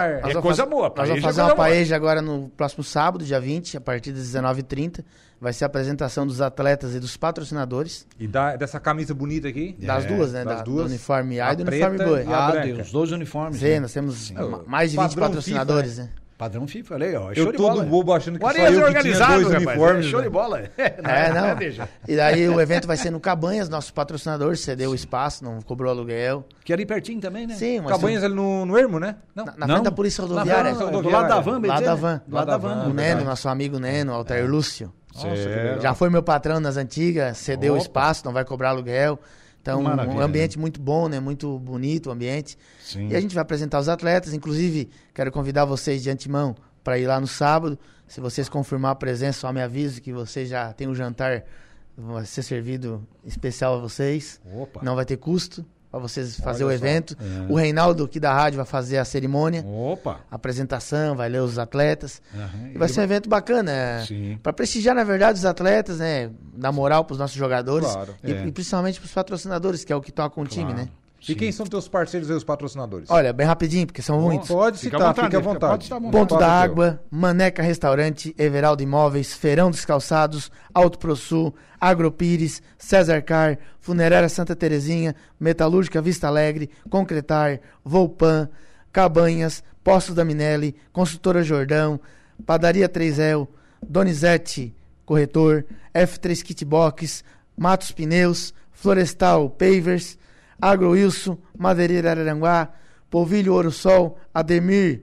uma paeja agora no próximo sábado, dia 20, a partir das 19h30. Vai ser a apresentação dos atletas e dos patrocinadores. E dessa camisa bonita aqui? Das duas, né? Das duas. Do uniforme A e do preta uniforme B. E a branca. Os dois uniformes. Sim, nós temos mais de 20 patrocinadores, FIFA, né? Padrão FIFA, legal. Eu todo bobo achando que só Areias eu que organizado, tinha dois uniformes. Show de bola. Não. E daí o evento vai ser no Cabanhas, nosso patrocinador cedeu o espaço, não cobrou aluguel. Que é ali pertinho também, né? Sim. Cabanhas ali no Ermo, né? Não. Na frente da Polícia Rodoviária. Do lado da van, Lá da van. Lá da van. O Neno, nosso amigo Neno, Altair Lúcio. Nossa, já foi meu patrão nas antigas, cedeu o espaço, não vai cobrar aluguel. Então, um ambiente muito bom, né? Muito bonito o ambiente. Sim. E a gente vai apresentar os atletas. Inclusive, quero convidar vocês de antemão para ir lá no sábado. Se vocês confirmar a presença, só me avise que vocês já tem um jantar, vai ser servido especial a vocês. Opa. Não vai ter custo para vocês fazer o evento. O Reinaldo aqui da rádio vai fazer a cerimônia. Opa. A apresentação, vai ler os atletas. E vai ser um evento bacana. Para prestigiar, na verdade, os atletas, né? Dar moral para os nossos jogadores. Claro. E principalmente para os patrocinadores, que é o que toca o time, né? E quem são teus parceiros e os patrocinadores? Olha, bem rapidinho, porque são muitos. Pode citar, fica à vontade. Ponto da Água, Maneca Restaurante, Everaldo Imóveis, Feirão dos Calçados, Alto Pro Sul, Agropires, César Car, Funerária Santa Terezinha, Metalúrgica Vista Alegre, Concretar, Volpan, Cabanhas, Postos da Minelli, Construtora Jordão, Padaria 3El, Donizete Corretor, F3 Kitbox, Matos Pneus, Florestal Pavers, Agro Wilson, Madeireira Araranguá, Polvilho Ouro Sol, Ademir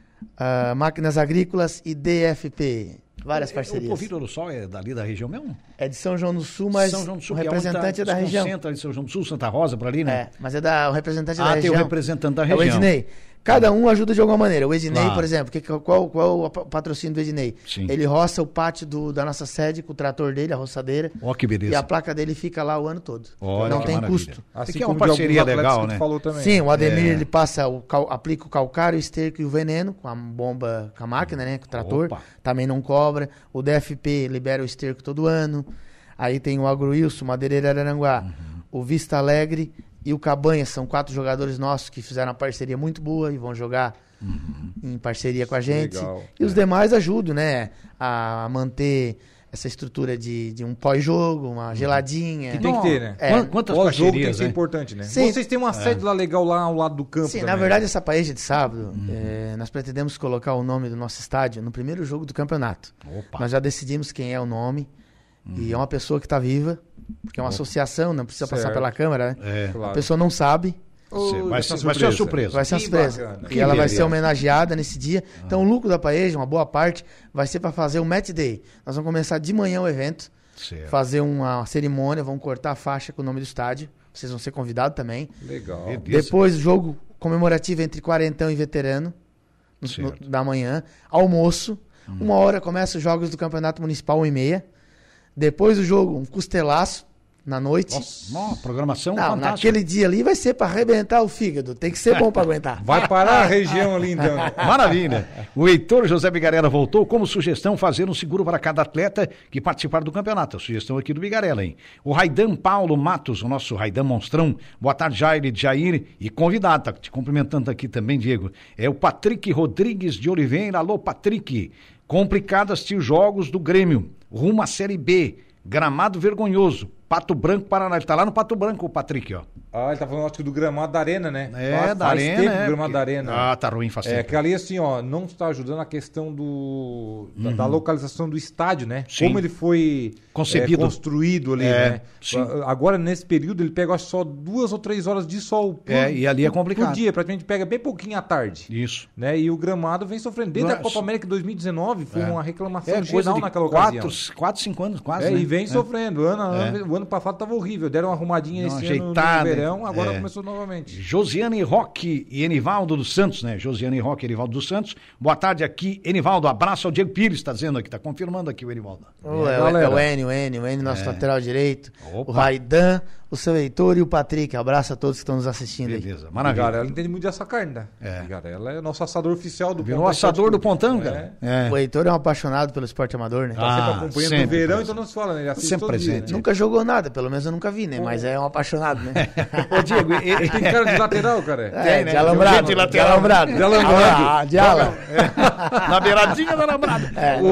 Máquinas Agrícolas e DFP. Várias parcerias. O Polvilho Ouro Sol é dali da região mesmo? É de São João do Sul, mas São João do Sul, o representante é da região. Concentra de São João do Sul, Santa Rosa, por ali, né? Mas o representante da região. Tem o representante da É região. o Ednei. Cada um ajuda de alguma maneira. O Ednei, Claro. por exemplo, qual é o patrocínio do Ednei? Sim. Ele roça o pátio da nossa sede com o trator dele, a roçadeira. Ó, que beleza. E a placa dele fica lá o ano todo. Olha, não que tem maravilha. custo. Assim que é uma como de parceria alguns atletas legal, que tu né? falou também. Sim, o Ademir ele aplica o calcário, o esterco e o veneno com a bomba, com a máquina, né? Com o trator. Opa. Também não cobra. O DFP libera o esterco todo ano. Aí tem o Agro Wilson, Madeireira Araranguá, o Vista Alegre e o Cabanha. São 4 jogadores nossos que fizeram uma parceria muito boa e vão jogar em parceria com a gente. Legal. E os demais ajudam, né? A manter essa estrutura de um pós-jogo, uma geladinha. Que tem que ter, né? Quantas O jogo tem que parcerias, ser né? importante, né? Sim. Vocês têm uma sede lá legal lá ao lado do campo Sim, também. na verdade, essa paeja de sábado, nós pretendemos colocar o nome do nosso estádio no primeiro jogo do campeonato. Opa. Nós já decidimos quem é o nome. E é uma pessoa que está viva, porque é uma associação, não precisa passar Certo. pela Câmara, né? É. Claro. A pessoa não sabe, Vai ser uma surpresa. vai ser uma Que surpresa. bacana. E ela vai beleza. ser homenageada nesse dia. Então o lucro da paeja, uma boa parte, vai ser para fazer o Match Day. Nós vamos começar de manhã o evento, Certo. fazer uma cerimônia, vamos cortar a faixa com o nome do estádio. Vocês vão ser convidados também. Legal. Beleza. Depois, jogo comemorativo entre quarentão e veterano, Certo. da manhã. Almoço. 1h começa os jogos do Campeonato Municipal, 1h30. Depois do jogo, um costelaço na noite. Nossa, programação Não, fantástica. naquele dia ali vai ser para arrebentar o fígado. Tem que ser bom para aguentar. Vai parar a região ali, então. Maravilha. O Heitor José Bigarella voltou como sugestão fazer um seguro para cada atleta que participar do campeonato. A sugestão aqui do Bigarella, hein? O Raidan Paulo Matos, o nosso Raidan Monstrão. Boa tarde, Jair e convidado. Tá te cumprimentando aqui também, Diego. É o Patrick Rodrigues de Oliveira. Alô, Patrick. Complicado assistir os jogos do Grêmio. Rumo à Série B. Gramado vergonhoso. Pato Branco, Paraná. Ele tá lá no Pato Branco, o Patrick, ó. Ele tá falando, acho que do gramado da Arena, né? É, da faz Arena. tempo é, o gramado porque- da Arena. Ah, tá ruim, faz É, tempo. que ali, assim, ó, não está ajudando a questão da localização do estádio, né? Sim. Como ele foi Concebido. construído ali, É, né? sim. Agora, nesse período, ele pega acho, só 2 ou 3 horas de sol por, E ali é complicado. por dia. Praticamente pega bem pouquinho à tarde. Isso. Né? E o gramado vem sofrendo. Desde a Nossa. Copa América 2019, foi uma reclamação É coisa geral de naquela ocasião. 4, 5 anos quase, né? E vem sofrendo. O ano passado estava horrível. Deram uma arrumadinha Não, esse ajeitada, ano no verão, agora é. começou novamente. Josiane Roque e Enivaldo dos Santos, né? Josiane Roque e Enivaldo dos Santos. Boa tarde aqui, Enivaldo. Abraço ao Diego Pires, tá dizendo aqui, tá confirmando aqui o Enivaldo. galera? O N, nosso lateral direito. Opa. O Raidan, o seu Heitor e o Patrick. Abraço a todos que estão nos assistindo aí. Beleza, maravilha. Bigarella entende muito dessa carne, né? É. Bigarella é o nosso assador oficial do Virou Pontão assador Esporte do Clube. Pontão, É. cara. É. O Heitor é um apaixonado pelo esporte amador, né? Tá sempre Ah, acompanhando sempre no verão, presente. então não se fala, né? Ele assiste Sempre todo dia, presente. né? Nunca jogou nada, pelo menos eu nunca vi, né? Mas é um apaixonado, né? Ô, Diego, Ele tem cara de lateral, cara. É, né? de alambrado. Gente De lateral. alambrado. De alambrado. Ah, de ala. na beiradinha da Alambrado.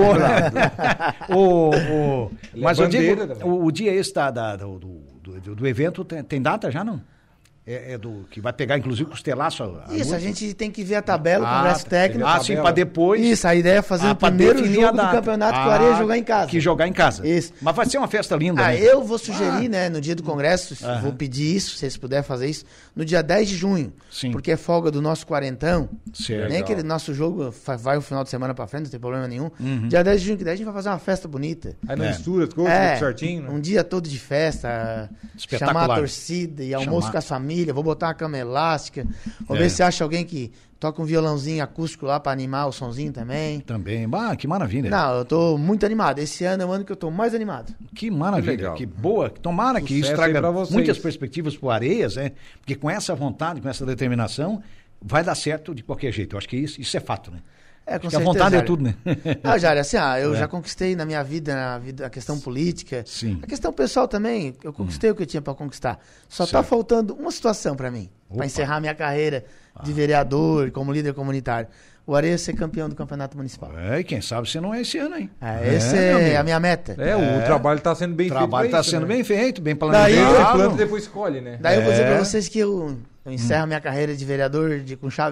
Ele Mas é o Diego, bandeira também. o dia esse do evento tem data já, não? É do que vai pegar, inclusive, o costelaço. Isso, a gente tem que ver a tabela, o Ah, congresso técnico. Ah, sim, pra depois. Isso, a ideia é fazer o pra primeiro definir jogo a do data. campeonato que o Areia jogar em casa. Que jogar em casa. Isso. Mas vai ser uma festa linda, né? Eu vou sugerir, né, no dia do congresso, vou pedir isso, se vocês puderem fazer isso, no dia 10 de junho. Sim. Porque é folga do nosso quarentão. Certo. Nem Legal. aquele nosso jogo vai o final de semana pra frente, não tem problema nenhum. Dia 10 de junho, que daí a gente vai fazer uma festa bonita. Aí não É. mistura as coisas, tudo certinho, né? Um dia todo de festa, Espetacular. chamar a torcida e almoço Chamar. com as famílias, vou botar uma cama elástica, vou É. ver se acha alguém que toca um violãozinho acústico lá pra animar o sonzinho também. Também. Ah, que maravilha. Não, eu tô muito animado. Esse ano é o ano que eu tô mais animado. Que maravilha, Que legal. que boa. Tomara que isso Sucesso aí traga pra vocês. muitas perspectivas pro Areias, né? Porque com essa vontade, com essa determinação, vai dar certo de qualquer jeito. Eu acho que isso é fato, né? É, com Acho que a certeza, vontade é Jário. tudo, né? Jário, assim, eu É. já conquistei na minha vida, a questão política. Sim. A questão pessoal também, eu conquistei o que eu tinha pra conquistar. Só tá Certo. faltando uma situação pra mim, Opa. pra encerrar minha carreira de vereador, como líder comunitário. O Areia ser campeão do campeonato municipal. E quem sabe se não é esse ano, hein? Essa meu é amigo. a minha meta. O trabalho tá sendo bem O feito. trabalho pra está isso, sendo né? bem feito, bem Daí- Você planejado. planta e depois escolhe, né? Daí eu vou dizer É. pra vocês que eu encerro minha carreira de vereador com chave de ouro.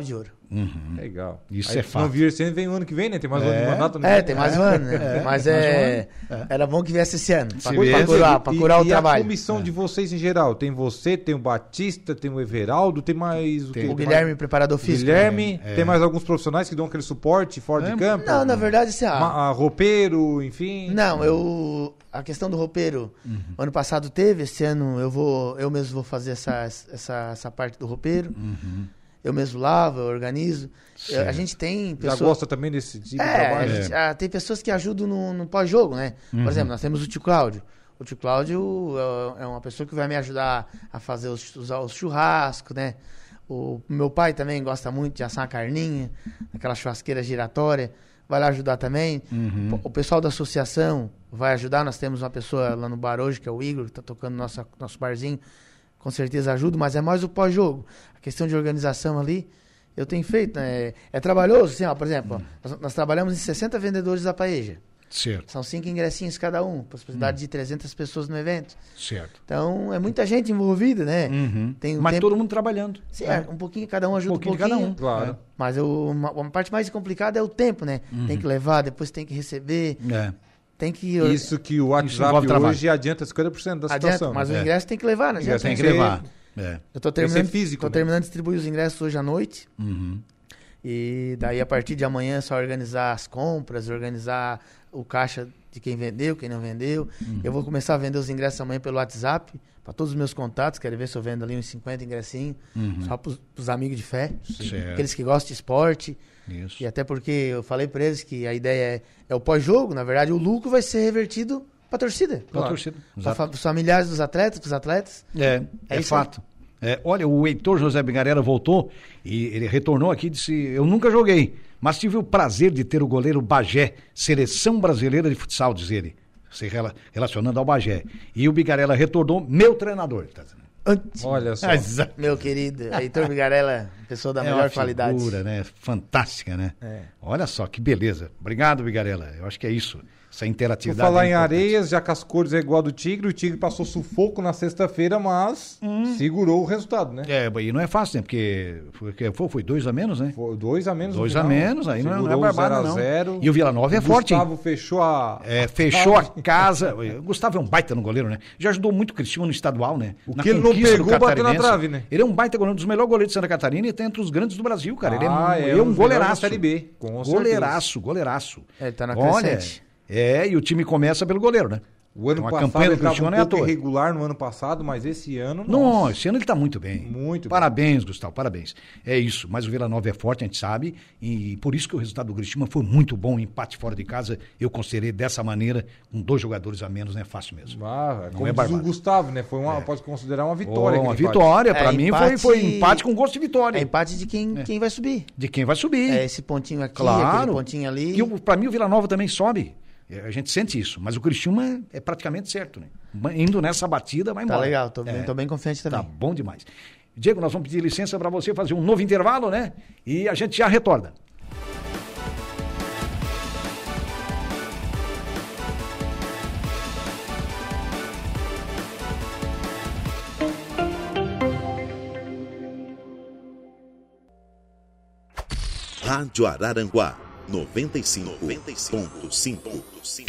Legal. Isso aí, é se fato. não vir esse ano, vem o ano que vem, né? Tem mais um ano de mandato. Tem mais um ano, né? Mas era bom que viesse esse ano, pra curar o trabalho. E a comissão de vocês em geral? Tem você, tem o Batista, tem o Everaldo, tem mais... O Guilherme, preparador físico. Guilherme, tem mais alguns profissionais que dão aquele suporte fora de campo? Não, na verdade, assim... roupeiro, enfim... Não, a questão do roupeiro, ano passado teve, esse ano eu mesmo vou fazer essa parte do roupeiro. Eu mesmo lavo, eu organizo. A gente tem pessoas... Já gosta também desse tipo de trabalho? Tem pessoas que ajudam no pós-jogo, né? Por exemplo, nós temos o tio Cláudio. O tio Cláudio é uma pessoa que vai me ajudar a fazer os churrascos, né? O meu pai também gosta muito de assar uma carninha, aquela churrasqueira giratória. Vai lá ajudar também. O pessoal da associação vai ajudar. Nós temos uma pessoa lá no bar hoje, que é o Igor, que está tocando nosso barzinho. Com certeza ajuda, mas é mais o pós-jogo. A questão de organização ali, eu tenho feito, né? É trabalhoso, assim, por exemplo, nós trabalhamos em 60 vendedores da Paeja. Certo. São 5 ingressinhos cada um, possibilidade de 300 pessoas no evento. Certo. Então, é muita gente envolvida, né? Mas todo mundo trabalhando. Sim, um pouquinho, cada um ajuda um pouquinho. Cada um. Claro. Mas uma parte mais complicada é o tempo, né? Tem que levar, depois tem que receber. Tem que... Isso que o WhatsApp hoje adianta 50% da situação. Mas o ingresso tem que levar, né? Tem que levar. Eu tô terminando, físico, terminando de distribuir os ingressos hoje à noite. E daí, a partir de amanhã, é só organizar as compras, organizar o caixa de quem vendeu, quem não vendeu. Eu vou começar a vender os ingressos amanhã pelo WhatsApp, para todos os meus contatos. Quero ver se eu vendo ali uns 50 ingressinhos, só para os amigos de fé, aqueles que gostam de esporte. Isso. E até porque eu falei para eles que a ideia é o pós-jogo. Na verdade, o lucro vai ser revertido para a torcida. Para a torcida. Para os familiares dos atletas, para os atletas. É fato. Olha, o Heitor José Bigarella voltou e ele retornou aqui e disse: eu nunca joguei, mas tive o prazer de ter o goleiro Bagé, seleção brasileira de futsal, diz ele, se relacionando ao Bagé. E o Bigarella retornou, meu treinador. Olha só. Meu querido, Heitor Bigarella, pessoa da melhor qualidade. Figura, né? Fantástica, né? Olha só, que beleza. Obrigado, Bigarella. Eu acho que é isso. Essa interatividade. Por falar em Areias, já que as cores é igual do Tigre, o Tigre passou sufoco na sexta-feira, mas segurou o resultado, né? E não é fácil, né? Porque foi 2 a menos, né? Foi 2 a menos. 2 a menos, aí não é barbado, não. 0. E o Vila Nova é forte, hein? Gustavo fechou a... fechou a casa. O Gustavo é um baita no goleiro, né? Já ajudou muito o Cristiano no estadual, né? O que ele não pegou, bateu na trave, né? Ele é um baita goleiro, um dos melhores goleiros de Santa Catarina e tá entre os grandes do Brasil, cara. Ele é um goleiraço. Série B, com goleiraço. Ele tá na crescente. E o time começa pelo goleiro, né? O ano passado ele estava um pouco irregular no ano passado, mas esse ano... Não, esse ano ele está muito bem. Muito Parabéns, Gustavo, parabéns. É isso, mas o Vila Nova é forte, a gente sabe, e por isso que o resultado do Criciúma foi muito bom, um empate fora de casa, eu considerei dessa maneira, com 2 jogadores a menos, não é fácil mesmo. Como diz o Gustavo, né? Pode considerar uma vitória. Uma vitória, para mim foi empate com gosto de vitória. É empate de quem vai subir. De quem vai subir. É esse pontinho aqui, aquele pontinho ali. E para mim o Vila Nova também sobe. A gente sente isso, mas o Criciúma é praticamente certo, né? Indo nessa batida, vai embora. Tá legal, tô bem confiante também. Tá bom demais. Diego, nós vamos pedir licença para você fazer um novo intervalo, né? E a gente já retorna. Rádio Araranguá 95.5.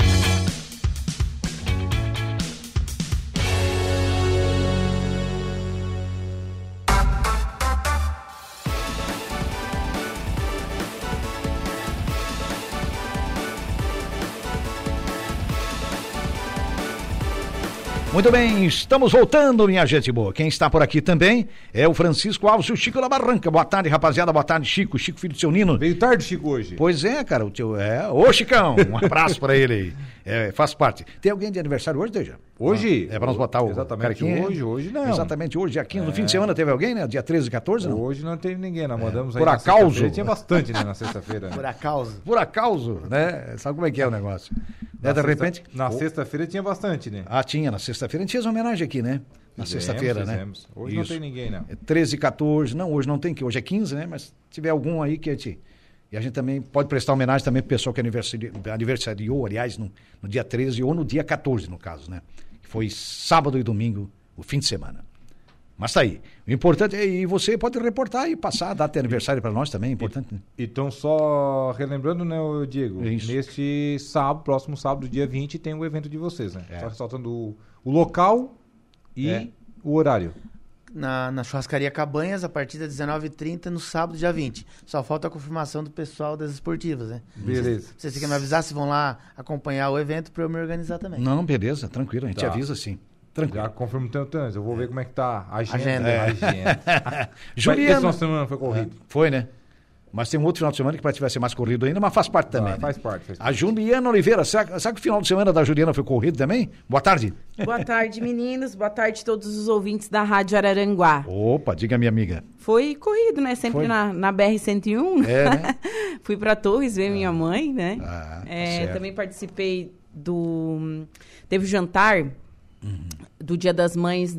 Muito bem, estamos voltando, minha gente boa. Quem está por aqui também é o Francisco Alves, o Chico da Barranca. Boa tarde, rapaziada. Boa tarde, Chico. Chico, filho do seu Nino. Veio tarde, Chico, hoje. Pois é, cara. Ô, Chicão, um abraço pra ele aí. Faz parte. Tem alguém de aniversário hoje, Deja? Hoje? Pra nós botar o carequinha. Hoje não. Exatamente, hoje, dia 15. No fim de semana teve alguém, né? Dia 13 e 14, não? Hoje não teve ninguém, nós mandamos aí. Por acaso? Tinha bastante, né, na sexta-feira. Por acaso. Por acaso, né? Sabe como é que é o negócio? De repente... Na sexta-feira tinha bastante, né? Tinha. Na sexta-feira a gente fez uma homenagem aqui, né? Na sexta-feira, né? Hoje não tem ninguém, não. 13 e 14, não, hoje não tem, que hoje é 15, né? Mas se tiver algum aí que a gente... E a gente também pode prestar homenagem também pro pessoal que aniversariou, aliás, no dia 13 ou no dia 14, no caso, né? Que foi sábado e domingo, o fim de semana. Mas tá aí. O importante é, e você pode reportar e passar a data de aniversário para nós também, é importante. Né? Então, só relembrando, né, Diego, Isso. neste sábado, próximo sábado, dia 20, tem o evento de vocês, né? Só ressaltando o local e o horário. Na churrascaria Cabanhas, a partir das 19h30, no sábado, dia 20. Só falta a confirmação do pessoal das esportivas, né? Beleza. Vocês têm que me avisar se vão lá acompanhar o evento para eu me organizar também. Não, beleza, tranquilo, a gente Tá. avisa sim. Tranquilo. Já confirmo tanto antes. Eu vou ver como é que tá a agenda. Agenda. A agenda. Esse Juliano. final de semana foi corrido. Foi, né? Mas tem um outro final de semana que vai ser mais corrido ainda, mas faz parte também. Ah, faz parte. A Juliana Oliveira, sabe que o final de semana da Juliana foi corrido também? Boa tarde. Boa tarde, meninos. Boa tarde a todos os ouvintes da Rádio Araranguá. Opa, diga minha amiga. Foi corrido, né? Sempre Foi. na BR-101. É, né? Fui para Torres ver minha mãe, né? Ah, certo. Também participei Teve o jantar do Dia das Mães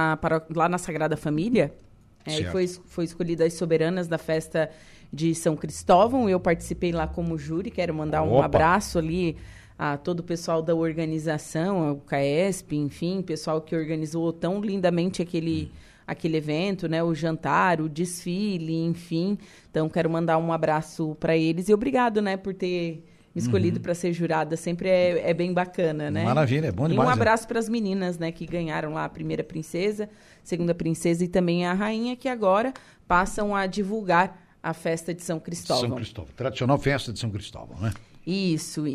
lá na Sagrada Família. E Certo. foi escolhida as soberanas da festa de São Cristóvão. Eu participei lá como júri. Quero mandar um Opa. abraço ali a todo o pessoal da organização, o CAESP, enfim, pessoal que organizou tão lindamente aquele evento, né? O jantar, o desfile, enfim. Então, quero mandar um abraço para eles. E obrigado, né, por ter me escolhido para ser jurada. Sempre é bem bacana, né? Maravilha, é bom E demais. um abraço para as meninas, né, que ganharam lá a primeira princesa, segunda princesa e também a rainha, que agora passam a divulgar a festa de São Cristóvão. São Cristóvão. Tradicional festa de São Cristóvão, né? Isso.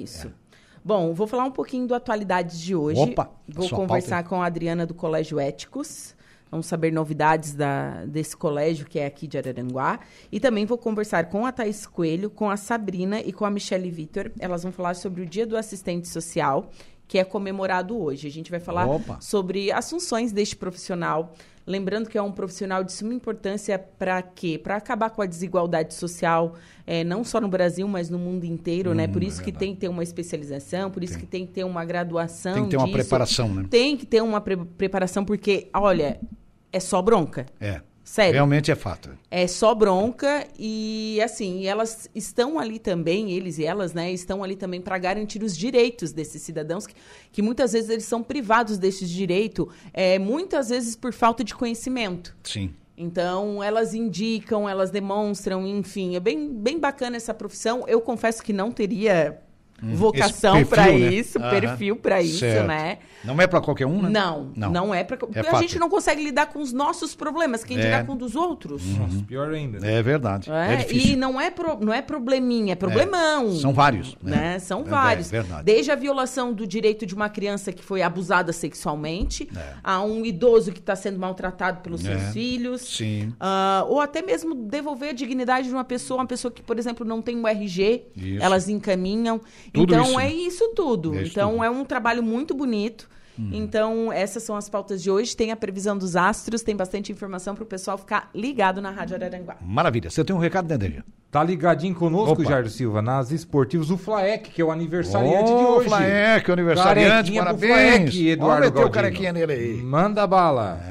Bom, vou falar um pouquinho do Atualidades de hoje. Opa, vou sua conversar pauta. com a Adriana do Colégio Éticos. Vamos saber novidades desse colégio que é aqui de Araranguá. E também vou conversar com a Thaís Coelho, com a Sabrina e com a Michele Vitor. Elas vão falar sobre o Dia do Assistente Social, que é comemorado hoje. A gente vai falar sobre as funções deste profissional. Lembrando que é um profissional de suma importância para quê? Para acabar com a desigualdade social, não só no Brasil, mas no mundo inteiro, né? Por isso que tem que ter uma especialização, por isso que tem que ter uma graduação Tem que ter uma preparação, né? Tem que ter uma preparação, porque, olha, é só bronca. É. Sério. Realmente é fato. É só bronca e, assim, elas estão ali também, eles e elas, né, estão ali também para garantir os direitos desses cidadãos, que muitas vezes eles são privados desse direito, muitas vezes por falta de conhecimento. Sim. Então, elas indicam, elas demonstram, enfim, é bem bacana essa profissão. Eu confesso que não teria vocação para perfil, né? isso, perfil para isso, Certo. né? Não é para qualquer um, né? Não é para... Porque a fato. gente não consegue lidar com os nossos problemas, quem dirá com dos outros. Nossa, pior ainda. É verdade. É difícil. E não é probleminha, é problemão. São vários. Né? São vários. Verdade. Desde a violação do direito de uma criança que foi abusada sexualmente, a um idoso que está sendo maltratado pelos seus filhos. Sim. Ou até mesmo devolver a dignidade de uma pessoa que, por exemplo, não tem um RG, Isso. elas encaminham. Tudo então, isso. é isso tudo. É isso então, tudo. é um trabalho muito bonito. Então, essas são as pautas de hoje. Tem a previsão dos astros, tem bastante informação para o pessoal ficar ligado na Rádio Araranguá. Maravilha. Você tem um recado, né, Deja? Tá ligadinho conosco, Opa. Jairo Silva, nas esportivas, o Flaek, que é o aniversariante de hoje. Flaek, aniversariante, Carequinha pro parabéns. Flaek, Eduardo Vamos meter o Galdino. carequinha nele aí. Manda bala.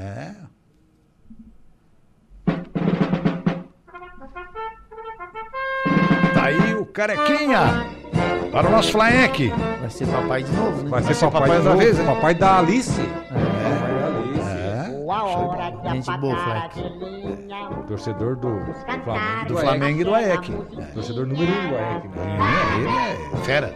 Tá aí o carequinha. Para o nosso Flaek. Vai ser papai de novo, né? Vai ser ser papai papai de outra novo, vez, né? papai da Alice. Papai da Alice. Gente boa, Fleck. Torcedor do Flamengo. Do Flamengo e do AEC. Torcedor número 1 do AEC, né? Ele é fera.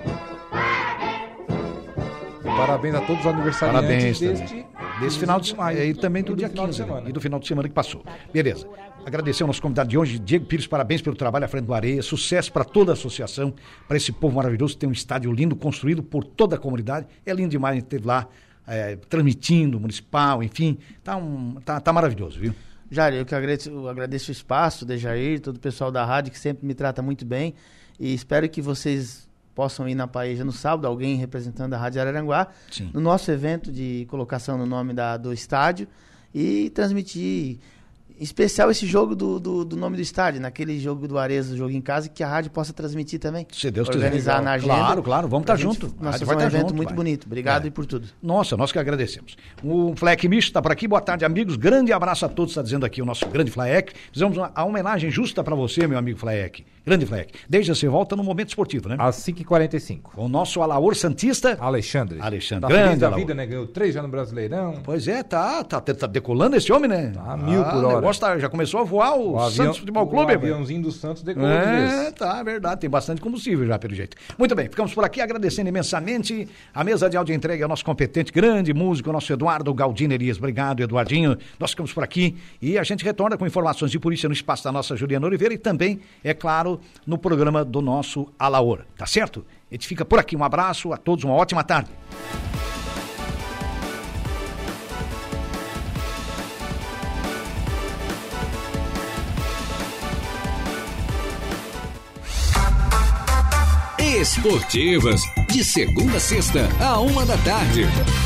Parabéns a todos os aniversariantes Parabéns desse final de semana. E também do dia final de 15, né? semana. E do final de semana que passou. Beleza. Agradecer ao nosso convidado de hoje, Diego Pires, parabéns pelo trabalho à frente do Areia, sucesso para toda a associação, para esse povo maravilhoso que tem um estádio lindo, construído por toda a comunidade. É lindo demais, a gente esteve lá transmitindo, municipal, enfim, tá maravilhoso, viu? Jair, eu agradeço o espaço, Dejair, todo o pessoal da rádio que sempre me trata muito bem e espero que vocês possam ir na Paeja no sábado, alguém representando a Rádio Araranguá, Sim. no nosso evento de colocação no nome do estádio e transmitir Em especial esse jogo do nome do estádio, naquele jogo do Ares, o jogo em casa, que a rádio possa transmitir também. Se Deus quiser. Organizar na agenda. Claro, vamos estar junto. Nós vamos fazer um evento muito bonito. Obrigado e por tudo. Nossa, nós que agradecemos. O Flaek Misto está por aqui. Boa tarde, amigos. Grande abraço a todos, está dizendo aqui o nosso grande Flaek. Fizemos a homenagem justa para você, meu amigo Flaek. Grande Flaek. Desde você volta no Momento Esportivo, né? Às 5h45. Com o nosso Alaor Santista. Alexandre. Tá Grande feliz da Alaor. vida, né? Ganhou 3 já no Brasileirão. Pois é, tá decolando esse homem, né? Tá 1000 por hora. O negócio já começou a voar o Santos Futebol Clube. O aviãozinho do Santos decolou de vez. Tá, verdade. Tem bastante combustível já, pelo jeito. Muito bem, ficamos por aqui agradecendo imensamente a mesa de áudio entregue ao nosso competente, grande músico, nosso Eduardo Galdino Elias. Obrigado, Eduardinho. Nós ficamos por aqui e a gente retorna com informações de polícia no espaço da nossa Juliana Oliveira e também, é claro, no programa do nosso Alaor. Tá certo? A gente fica por aqui. Um abraço a todos, uma ótima tarde. Esportivas, de segunda a sexta, à 1h da tarde.